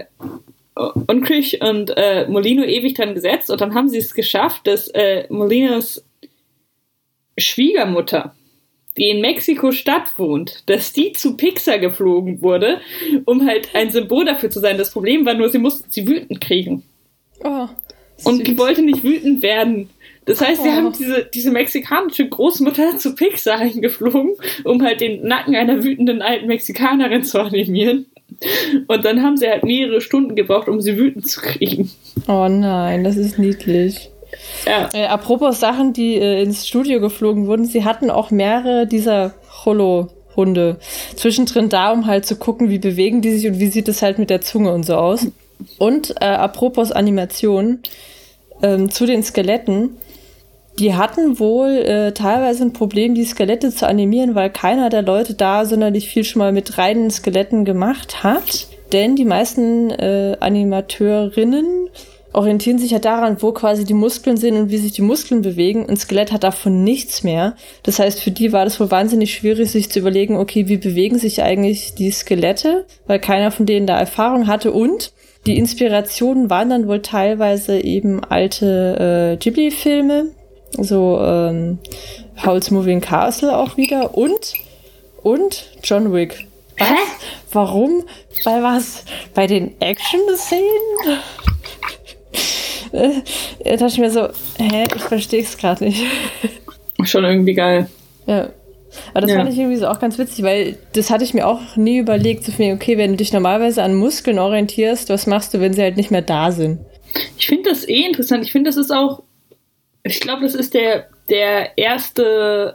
Unkrich und Molino ewig dran gesetzt und dann haben sie es geschafft, dass Molinos Schwiegermutter, die in Mexiko-Stadt wohnt, dass die zu Pixar geflogen wurde, um halt ein Symbol dafür zu sein. Das Problem war nur, sie mussten sie wütend kriegen. Oh, und die wollte nicht wütend werden. Das heißt, sie haben diese mexikanische Großmutter zu Pixar eingeflogen, um halt den Nacken einer wütenden alten Mexikanerin zu animieren. Und dann haben sie halt mehrere Stunden gebraucht, um sie wütend zu kriegen. Oh nein, das ist niedlich. Ja. Apropos Sachen, die ins Studio geflogen wurden, sie hatten auch mehrere dieser Holo-Hunde zwischendrin da, um halt zu gucken, wie bewegen die sich und wie sieht es halt mit der Zunge und so aus. Und apropos Animation, zu den Skeletten, die hatten wohl teilweise ein Problem, die Skelette zu animieren, weil keiner der Leute da sonderlich viel schon mal mit reinen Skeletten gemacht hat. Denn die meisten Animateurinnen orientieren sich ja daran, wo quasi die Muskeln sind und wie sich die Muskeln bewegen. Ein Skelett hat davon nichts mehr. Das heißt, für die war das wohl wahnsinnig schwierig, sich zu überlegen, okay, wie bewegen sich eigentlich die Skelette? Weil keiner von denen da Erfahrung hatte. Und die Inspirationen waren dann wohl teilweise eben alte Ghibli-Filme, so Howl's Moving Castle auch wieder und John Wick. Was? Hä? Warum? Bei was? Bei den Action-Szenen? Da dachte ich mir so, ich verstehe es gerade nicht. Schon irgendwie geil. Ja. Aber das fand ich irgendwie so auch ganz witzig, weil das hatte ich mir auch nie überlegt, so viel, okay, wenn du dich normalerweise an Muskeln orientierst, was machst du, wenn sie halt nicht mehr da sind? Ich finde das interessant. Ich finde, das ist auch, ich glaube, das ist der erste,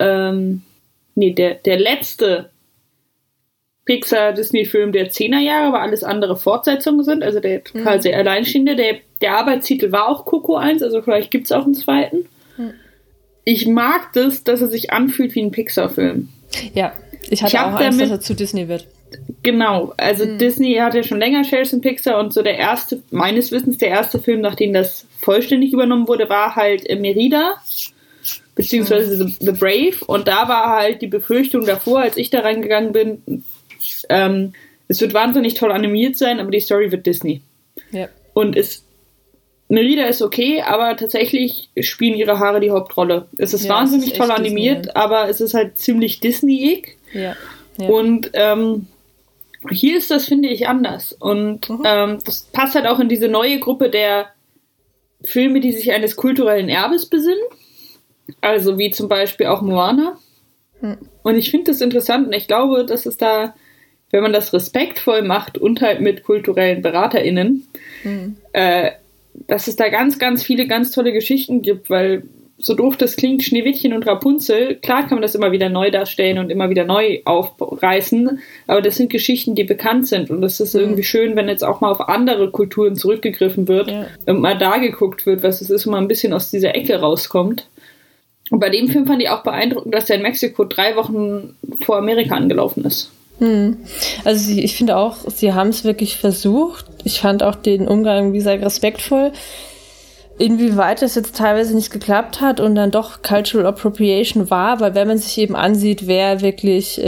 der letzte Pixar-Disney-Film der 10er Jahre, weil alles andere Fortsetzungen sind, also der total sehr alleinstehende. Der Arbeitstitel war auch Coco 1, also vielleicht gibt es auch einen zweiten. Ich mag das, dass er sich anfühlt wie ein Pixar-Film. Ja, ich hatte auch Angst, dass er zu Disney wird. Genau, also Disney hat ja schon länger Shares in Pixar und so meines Wissens der erste Film, nachdem das vollständig übernommen wurde, war halt Merida, beziehungsweise The Brave, und da war halt die Befürchtung davor, als ich da reingegangen bin, es wird wahnsinnig toll animiert sein, aber die Story wird Disney. Ja. Und Merida ist okay, aber tatsächlich spielen ihre Haare die Hauptrolle. Es ist wahnsinnig toll animiert, Disney, aber es ist halt ziemlich Disney-ig. Ja. Ja. Und hier ist das, finde ich, anders. Und das passt halt auch in diese neue Gruppe der Filme, die sich eines kulturellen Erbes besinnen. Also wie zum Beispiel auch Moana. Und ich finde das interessant und ich glaube, dass es da, wenn man das respektvoll macht und halt mit kulturellen BeraterInnen, dass es da ganz, ganz viele ganz tolle Geschichten gibt, weil so doof das klingt, Schneewittchen und Rapunzel, klar kann man das immer wieder neu darstellen und immer wieder neu aufreißen, aber das sind Geschichten, die bekannt sind und es ist irgendwie schön, wenn jetzt auch mal auf andere Kulturen zurückgegriffen wird und mal da geguckt wird, was es ist und mal ein bisschen aus dieser Ecke rauskommt. Und bei dem Film fand ich auch beeindruckend, dass der in Mexiko 3 Wochen vor Amerika angelaufen ist. Also ich finde auch, sie haben es wirklich versucht. Ich fand auch den Umgang, wie gesagt, respektvoll. Inwieweit das jetzt teilweise nicht geklappt hat und dann doch Cultural Appropriation war, weil wenn man sich eben ansieht, wer wirklich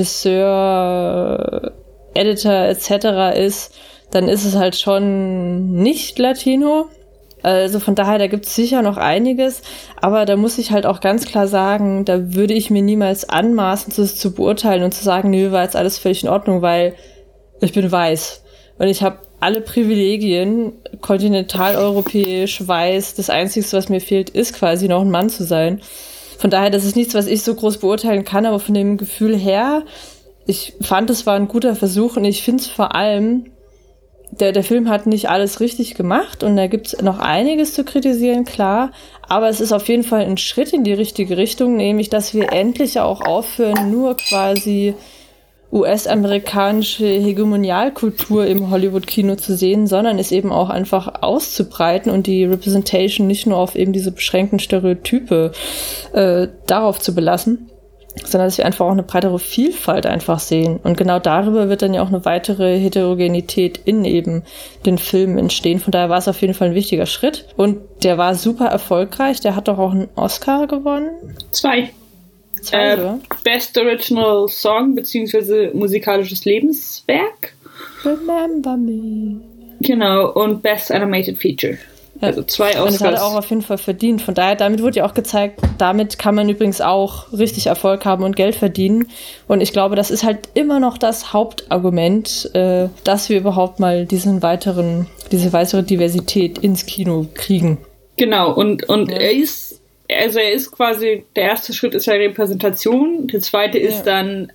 Regisseur, Editor etc. ist, dann ist es halt schon nicht Latino. Also von daher, da gibt es sicher noch einiges, aber da muss ich halt auch ganz klar sagen, da würde ich mir niemals anmaßen, das zu beurteilen und zu sagen, nö, war jetzt alles völlig in Ordnung, weil ich bin weiß und ich habe alle Privilegien, kontinentaleuropäisch, weiß. Das Einzige, was mir fehlt, ist quasi noch ein Mann zu sein. Von daher, das ist nichts, was ich so groß beurteilen kann, aber von dem Gefühl her, ich fand, es war ein guter Versuch und ich finde es vor allem, der Film hat nicht alles richtig gemacht und da gibt es noch einiges zu kritisieren, klar, aber es ist auf jeden Fall ein Schritt in die richtige Richtung, nämlich, dass wir endlich auch aufhören, nur quasi US-amerikanische Hegemonialkultur im Hollywood-Kino zu sehen, sondern es eben auch einfach auszubreiten und die Representation nicht nur auf eben diese beschränkten Stereotype darauf zu belassen, sondern dass wir einfach auch eine breitere Vielfalt einfach sehen. Und genau darüber wird dann ja auch eine weitere Heterogenität in eben den Filmen entstehen. Von daher war es auf jeden Fall ein wichtiger Schritt. Und der war super erfolgreich. Der hat doch auch einen Oscar gewonnen. 2. Best Original Song beziehungsweise musikalisches Lebenswerk. Remember Me. Genau, und Best Animated Feature. Ja. Also 2 Oscars. Und das hat er auch auf jeden Fall verdient. Von daher, damit wurde ja auch gezeigt, damit kann man übrigens auch richtig Erfolg haben und Geld verdienen. Und ich glaube, das ist halt immer noch das Hauptargument, dass wir überhaupt mal diese weitere Diversität ins Kino kriegen. Genau, und er ist quasi, der erste Schritt ist ja Repräsentation, der zweite ist dann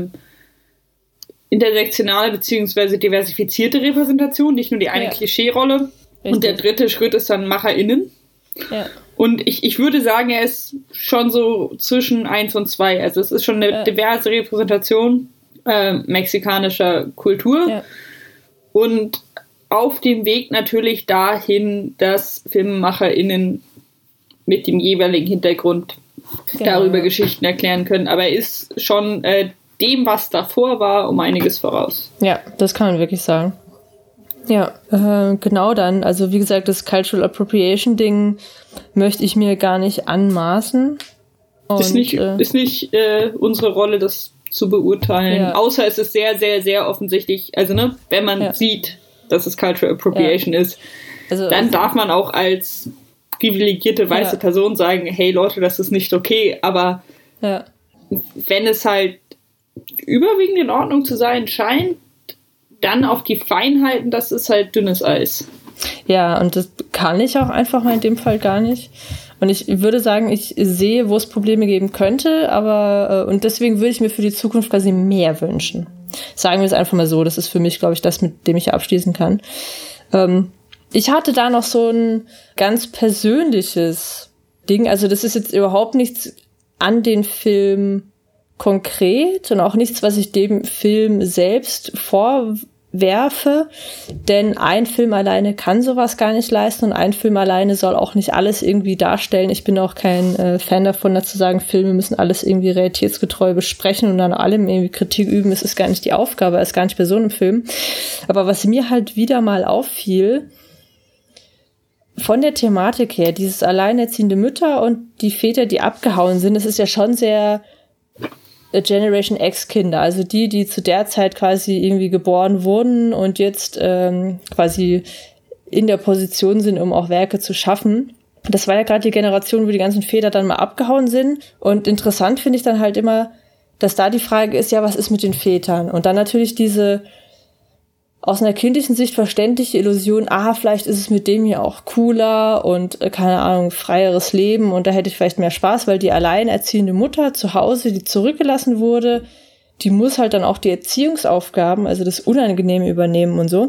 intersektionale bzw. diversifizierte Repräsentation, nicht nur die eine Klischee-Rolle. Und der dritte Schritt ist dann MacherInnen. Ja. Und ich würde sagen, er ist schon so zwischen 1 und 2. Also es ist schon eine diverse Repräsentation mexikanischer Kultur. Ja. Und auf dem Weg natürlich dahin, dass FilmemacherInnen mit dem jeweiligen Hintergrund darüber Geschichten erklären können. Aber er ist schon dem, was davor war, um einiges voraus. Ja, das kann man wirklich sagen. Ja, genau dann. Also wie gesagt, das Cultural Appropriation Ding möchte ich mir gar nicht anmaßen. Und, ist nicht unsere Rolle, das zu beurteilen. Ja. Außer es ist sehr, sehr, sehr offensichtlich, also wenn man sieht, dass es Cultural Appropriation ist, dann darf man auch als privilegierte weiße Person sagen, hey Leute, das ist nicht okay, aber wenn es halt überwiegend in Ordnung zu sein scheint, dann auf die Feinheiten, das ist halt dünnes Eis. Ja, und das kann ich auch einfach mal in dem Fall gar nicht. Und ich würde sagen, ich sehe, wo es Probleme geben könnte, aber und deswegen würde ich mir für die Zukunft quasi mehr wünschen. Sagen wir es einfach mal so, das ist für mich, glaube ich, das, mit dem ich abschließen kann. Ich hatte da noch so ein ganz persönliches Ding, also das ist jetzt überhaupt nichts an den Film konkret und auch nichts, was ich dem Film selbst vorwerfe, denn ein Film alleine kann sowas gar nicht leisten und ein Film alleine soll auch nicht alles irgendwie darstellen. Ich bin auch kein Fan davon, dazu sagen, Filme müssen alles irgendwie realitätsgetreu besprechen und an allem irgendwie Kritik üben. Es ist gar nicht die Aufgabe, es ist gar nicht bei so einem Film. Aber was mir halt wieder mal auffiel, von der Thematik her, dieses alleinerziehende Mütter und die Väter, die abgehauen sind, das ist ja schon sehr Generation X Kinder, also die zu der Zeit quasi irgendwie geboren wurden und jetzt quasi in der Position sind, um auch Werke zu schaffen. Das war ja gerade die Generation, wo die ganzen Väter dann mal abgehauen sind. Und interessant finde ich dann halt immer, dass da die Frage ist, ja, was ist mit den Vätern? Und dann natürlich diese aus einer kindlichen Sicht verständliche Illusion, vielleicht ist es mit dem hier auch cooler und, keine Ahnung, freieres Leben und da hätte ich vielleicht mehr Spaß, weil die alleinerziehende Mutter zu Hause, die zurückgelassen wurde, die muss halt dann auch die Erziehungsaufgaben, also das Unangenehme übernehmen und so.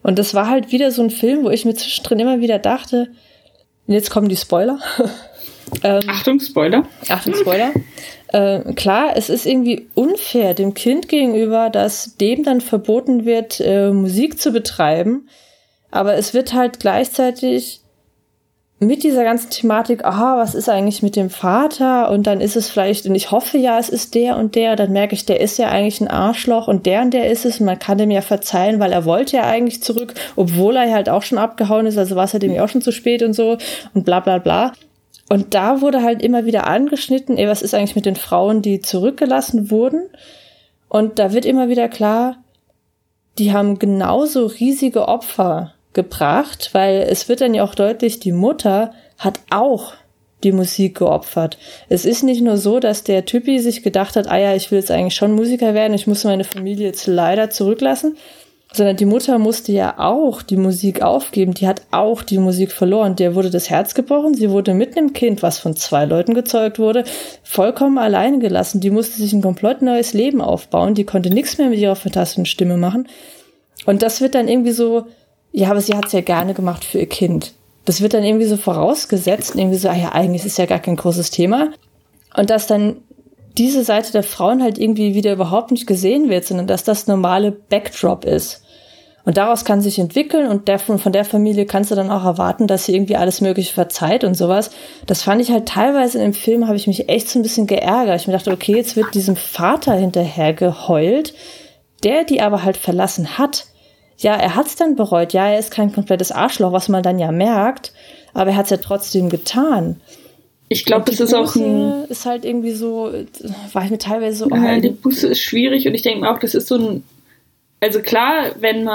Und das war halt wieder so ein Film, wo ich mir zwischendrin immer wieder dachte, jetzt kommen die Spoiler. Achtung, Spoiler. Achtung, Spoiler. Klar, es ist irgendwie unfair dem Kind gegenüber, dass dem dann verboten wird, Musik zu betreiben. Aber es wird halt gleichzeitig mit dieser ganzen Thematik, was ist eigentlich mit dem Vater? Und dann ist es vielleicht, und ich hoffe ja, es ist der und der. Dann merke ich, der ist ja eigentlich ein Arschloch und der ist es. Und man kann dem ja verzeihen, weil er wollte ja eigentlich zurück, obwohl er halt auch schon abgehauen ist. Also war es halt dem auch schon zu spät und so und bla bla bla. Und da wurde halt immer wieder angeschnitten, was ist eigentlich mit den Frauen, die zurückgelassen wurden? Und da wird immer wieder klar, die haben genauso riesige Opfer gebracht, weil es wird dann ja auch deutlich, die Mutter hat auch die Musik geopfert. Es ist nicht nur so, dass der Typi sich gedacht hat, ich will jetzt eigentlich schon Musiker werden, ich muss meine Familie jetzt leider zurücklassen, sondern die Mutter musste ja auch die Musik aufgeben, die hat auch die Musik verloren, der wurde das Herz gebrochen, sie wurde mit einem Kind, was von 2 Leuten gezeugt wurde, vollkommen alleine gelassen, die musste sich ein komplett neues Leben aufbauen, die konnte nichts mehr mit ihrer fantastischen Stimme machen und das wird dann irgendwie so, ja, aber sie hat es ja gerne gemacht für ihr Kind. Das wird dann irgendwie so vorausgesetzt, irgendwie so, eigentlich ist es ja gar kein großes Thema. Und dass dann diese Seite der Frauen halt irgendwie wieder überhaupt nicht gesehen wird, sondern dass das normale Backdrop ist. Und daraus kann sich entwickeln und von der Familie kannst du dann auch erwarten, dass sie irgendwie alles Mögliche verzeiht und sowas. Das fand ich halt teilweise in dem Film, habe ich mich echt so ein bisschen geärgert. Ich mir dachte, okay, jetzt wird diesem Vater hinterher geheult, der die aber halt verlassen hat. Ja, er hat's dann bereut. Ja, er ist kein komplettes Arschloch, was man dann ja merkt, aber er hat's ja trotzdem getan. Ich glaube, das ist auch ist halt irgendwie so, war ich mir teilweise so... die Buße ist schwierig und ich denke mir auch, das ist so ein... Also klar,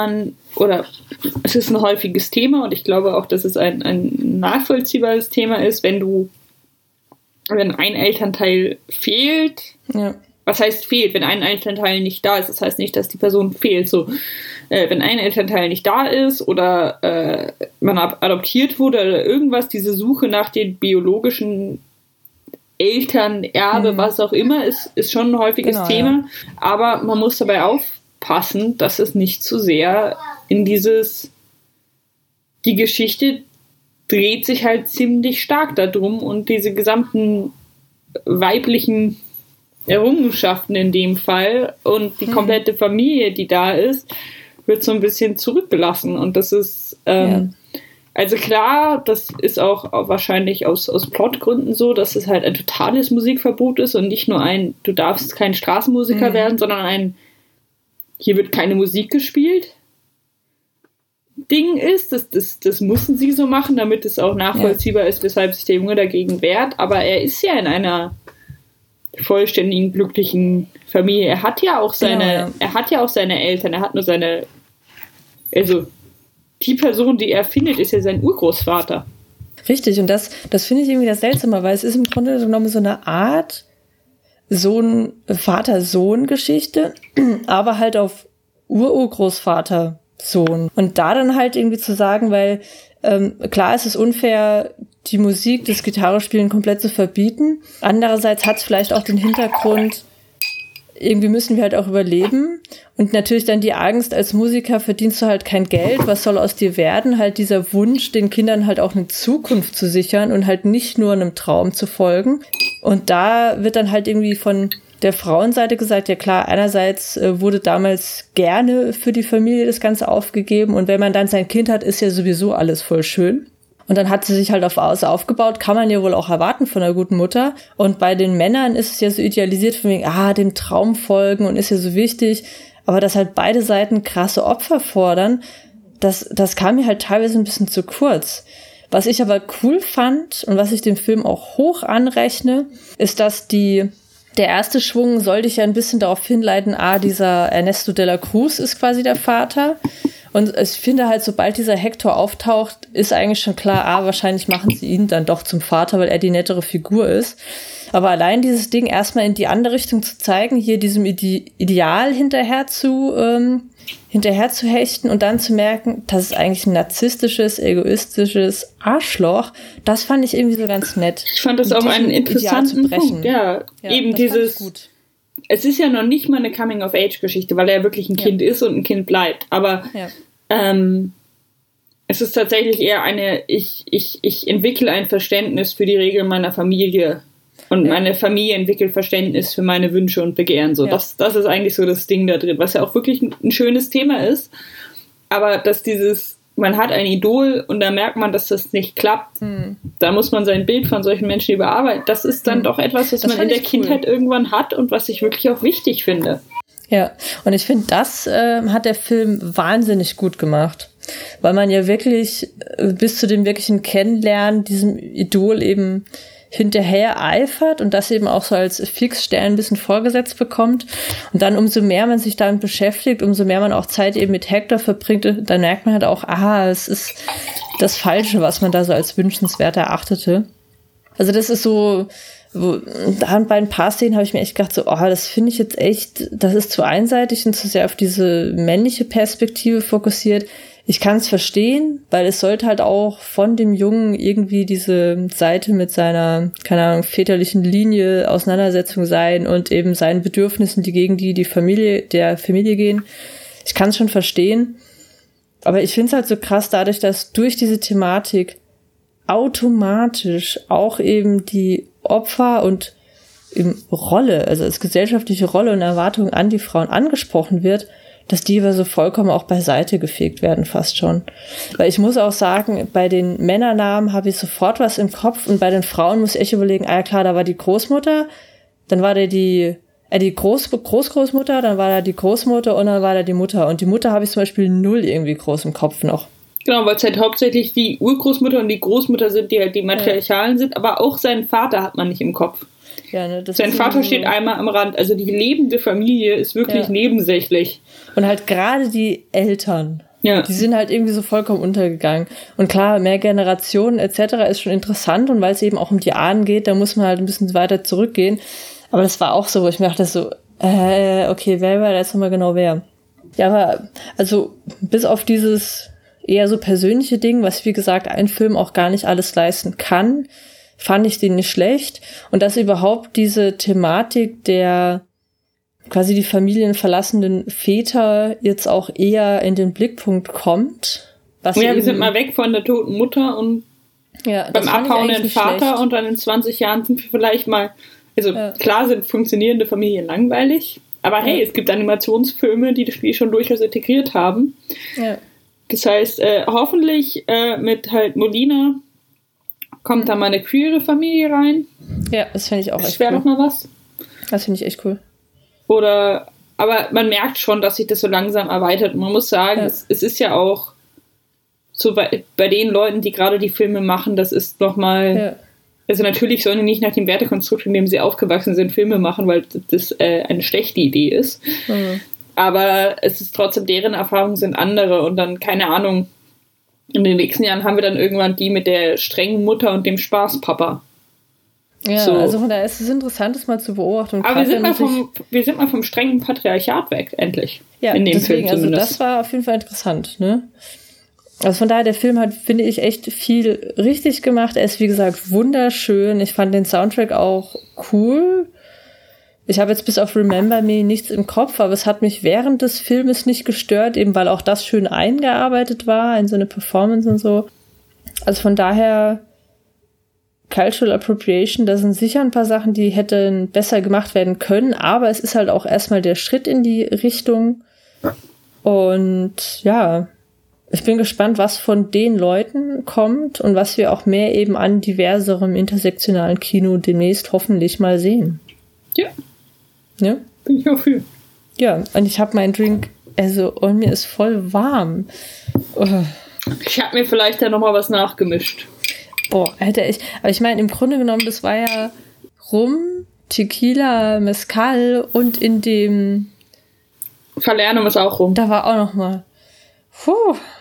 es ist ein häufiges Thema und ich glaube auch, dass es ein nachvollziehbares Thema ist, wenn ein Elternteil fehlt... Ja. Was heißt fehlt, wenn ein Elternteil nicht da ist? Das heißt nicht, dass die Person fehlt. So, wenn ein Elternteil nicht da ist oder man adoptiert wurde oder irgendwas, diese Suche nach den biologischen Eltern, Erbe, was auch immer, ist schon ein häufiges Thema. Ja. Aber man muss dabei aufpassen, dass es nicht zu sehr in die Geschichte dreht sich halt ziemlich stark darum und diese gesamten weiblichen Errungenschaften in dem Fall und die komplette Familie, die da ist, wird so ein bisschen zurückgelassen und das ist also klar, das ist auch wahrscheinlich aus Plotgründen so, dass es halt ein totales Musikverbot ist und nicht nur du darfst kein Straßenmusiker werden, sondern hier wird keine Musik gespielt Ding ist, das mussten sie so machen, damit es auch nachvollziehbar ist, weshalb sich der Junge dagegen wehrt, aber er ist ja in einer vollständigen, glücklichen Familie. Er hat ja auch seine Eltern, er hat nur also die Person, die er findet, ist ja sein Urgroßvater. Richtig, und das finde ich irgendwie das Seltsame, weil es ist im Grunde genommen so eine Art Vater-Sohn-Geschichte, aber halt auf Urgroßvater-Sohn. Und da dann halt irgendwie zu sagen, weil klar, es ist unfair, die Musik, das Gitarrespielen komplett zu verbieten. Andererseits hat es vielleicht auch den Hintergrund, irgendwie müssen wir halt auch überleben. Und natürlich dann die Angst, als Musiker verdienst du halt kein Geld, was soll aus dir werden? Halt dieser Wunsch, den Kindern halt auch eine Zukunft zu sichern und halt nicht nur einem Traum zu folgen. Und da wird dann halt irgendwie von der Frauenseite gesagt, ja klar, einerseits wurde damals gerne für die Familie das Ganze aufgegeben und wenn man dann sein Kind hat, ist ja sowieso alles voll schön. Und dann hat sie sich halt auf Außen aufgebaut, kann man ja wohl auch erwarten von einer guten Mutter. Und bei den Männern ist es ja so idealisiert von wegen, dem Traum folgen und ist ja so wichtig. Aber dass halt beide Seiten krasse Opfer fordern, das kam mir halt teilweise ein bisschen zu kurz. Was ich aber cool fand und was ich dem Film auch hoch anrechne, ist, dass der erste Schwung soll dich ja ein bisschen darauf hinleiten, dieser Ernesto de la Cruz ist quasi der Vater. Und ich finde halt, sobald dieser Hector auftaucht, ist eigentlich schon klar, wahrscheinlich machen sie ihn dann doch zum Vater, weil er die nettere Figur ist. Aber allein dieses Ding erstmal in die andere Richtung zu zeigen, hier diesem Ideal hinterher zu hechten und dann zu merken, das ist eigentlich ein narzisstisches, egoistisches Arschloch, das fand ich irgendwie so ganz nett. Ich fand das auch einen interessanten Punkt, ja eben dieses, es ist ja noch nicht mal eine Coming-of-Age-Geschichte, weil er ja wirklich ein Kind ist und ein Kind bleibt, aber Es ist tatsächlich eher ich entwickle ein Verständnis für die Regeln meiner Familie und meine Familie entwickelt Verständnis für meine Wünsche und Begehren. So, das ist eigentlich so das Ding da drin, was ja auch wirklich ein schönes Thema ist. Aber dass man hat ein Idol und da merkt man, dass das nicht klappt. Da muss man sein Bild von solchen Menschen überarbeiten. Das ist dann doch etwas, was man in der Kindheit irgendwann hat und was ich wirklich auch wichtig finde. Ja, und ich finde, das hat der Film wahnsinnig gut gemacht, weil man ja wirklich bis zu dem wirklichen Kennenlernen diesem Idol eben hinterher eifert und das eben auch so als Fixstern ein bisschen vorgesetzt bekommt. Und dann umso mehr man sich damit beschäftigt, umso mehr man auch Zeit eben mit Hector verbringt, dann merkt man halt auch, es ist das Falsche, was man da so als wünschenswert erachtete. Also das ist so, da bei ein paar Szenen habe ich mir echt gedacht, so, das finde ich jetzt echt, das ist zu einseitig und zu sehr auf diese männliche Perspektive fokussiert. Ich kann es verstehen, weil es sollte halt auch von dem Jungen irgendwie diese Seite mit seiner, keine Ahnung, väterlichen Linie, Auseinandersetzung sein und eben seinen Bedürfnissen, die gegen der Familie gehen. Ich kann es schon verstehen, aber ich finde es halt so krass dadurch, dass durch diese Thematik automatisch auch eben die Opfer und eben Rolle, also als gesellschaftliche Rolle und Erwartung an die Frauen angesprochen wird, dass die aber so vollkommen auch beiseite gefegt werden, fast schon. Weil ich muss auch sagen, bei den Männernamen habe ich sofort was im Kopf und bei den Frauen muss ich echt überlegen, klar, da war die Großmutter, dann war da die Großgroßmutter, dann war da die Großmutter und dann war da die Mutter. Und die Mutter habe ich zum Beispiel null irgendwie groß im Kopf noch. Genau, weil es halt hauptsächlich die Urgroßmutter und die Großmutter sind, die halt die Matriarchalen sind, aber auch seinen Vater hat man nicht im Kopf. Ja, ne, sein Vater steht einmal am Rand. Also die lebende Familie ist wirklich nebensächlich. Und halt gerade die Eltern, die sind halt irgendwie so vollkommen untergegangen. Und klar, mehr Generationen etc. ist schon interessant. Und weil es eben auch um die Ahnen geht, da muss man halt ein bisschen weiter zurückgehen. Aber das war auch so, wo ich mir dachte so, okay, wer war jetzt nochmal genau wer? Ja, aber also bis auf dieses eher so persönliche Ding, was wie gesagt ein Film auch gar nicht alles leisten kann, fand ich den nicht schlecht. Und dass überhaupt diese Thematik der quasi die familienverlassenen Väter jetzt auch eher in den Blickpunkt kommt. Wir sind mal weg von der toten Mutter und beim abhauenden Vater schlecht. Und dann in 20 Jahren sind wir vielleicht mal, klar sind funktionierende Familien langweilig, aber hey, es gibt Animationsfilme, die das Spiel schon durchaus integriert haben. Ja. Das heißt, hoffentlich mit halt Molina kommt da mal eine queere Familie rein. Ja, das finde ich auch echt cool. Das wäre doch mal was. Das finde ich echt cool. Aber man merkt schon, dass sich das so langsam erweitert. Und man muss sagen, es ist ja auch so bei den Leuten, die gerade die Filme machen, das ist nochmal, also natürlich sollen die nicht nach dem Wertekonstrukt, in dem sie aufgewachsen sind, Filme machen, weil das eine schlechte Idee ist. Mhm. Aber es ist trotzdem, deren Erfahrungen sind andere und dann, keine Ahnung, in den nächsten Jahren haben wir dann irgendwann die mit der strengen Mutter und dem Spaßpapa. Ja, so. Also von daher ist es interessant, das mal zu beobachten. Aber wir sind mal vom strengen Patriarchat weg, endlich. Ja, in dem deswegen, Film zumindest. Also das war auf jeden Fall interessant, ne? Also von daher, der Film hat, finde ich, echt viel richtig gemacht. Er ist, wie gesagt, wunderschön. Ich fand den Soundtrack auch cool. Ich habe jetzt bis auf Remember Me nichts im Kopf, aber es hat mich während des Filmes nicht gestört, eben weil auch das schön eingearbeitet war in so eine Performance und so. Also von daher, Cultural Appropriation, da sind sicher ein paar Sachen, die hätten besser gemacht werden können, aber es ist halt auch erstmal der Schritt in die Richtung. Und ja, ich bin gespannt, was von den Leuten kommt und was wir auch mehr eben an diverserem intersektionalen Kino demnächst hoffentlich mal sehen. Ja. Ja? Bin ich auch für. Ja, und ich habe meinen Drink, und mir ist voll warm. Ich habe mir vielleicht da nochmal was nachgemischt. Boah, Alter, aber ich meine, im Grunde genommen, das war ja Rum, Tequila, Mezcal und in dem Falernum ist auch Rum. Da war auch noch mal.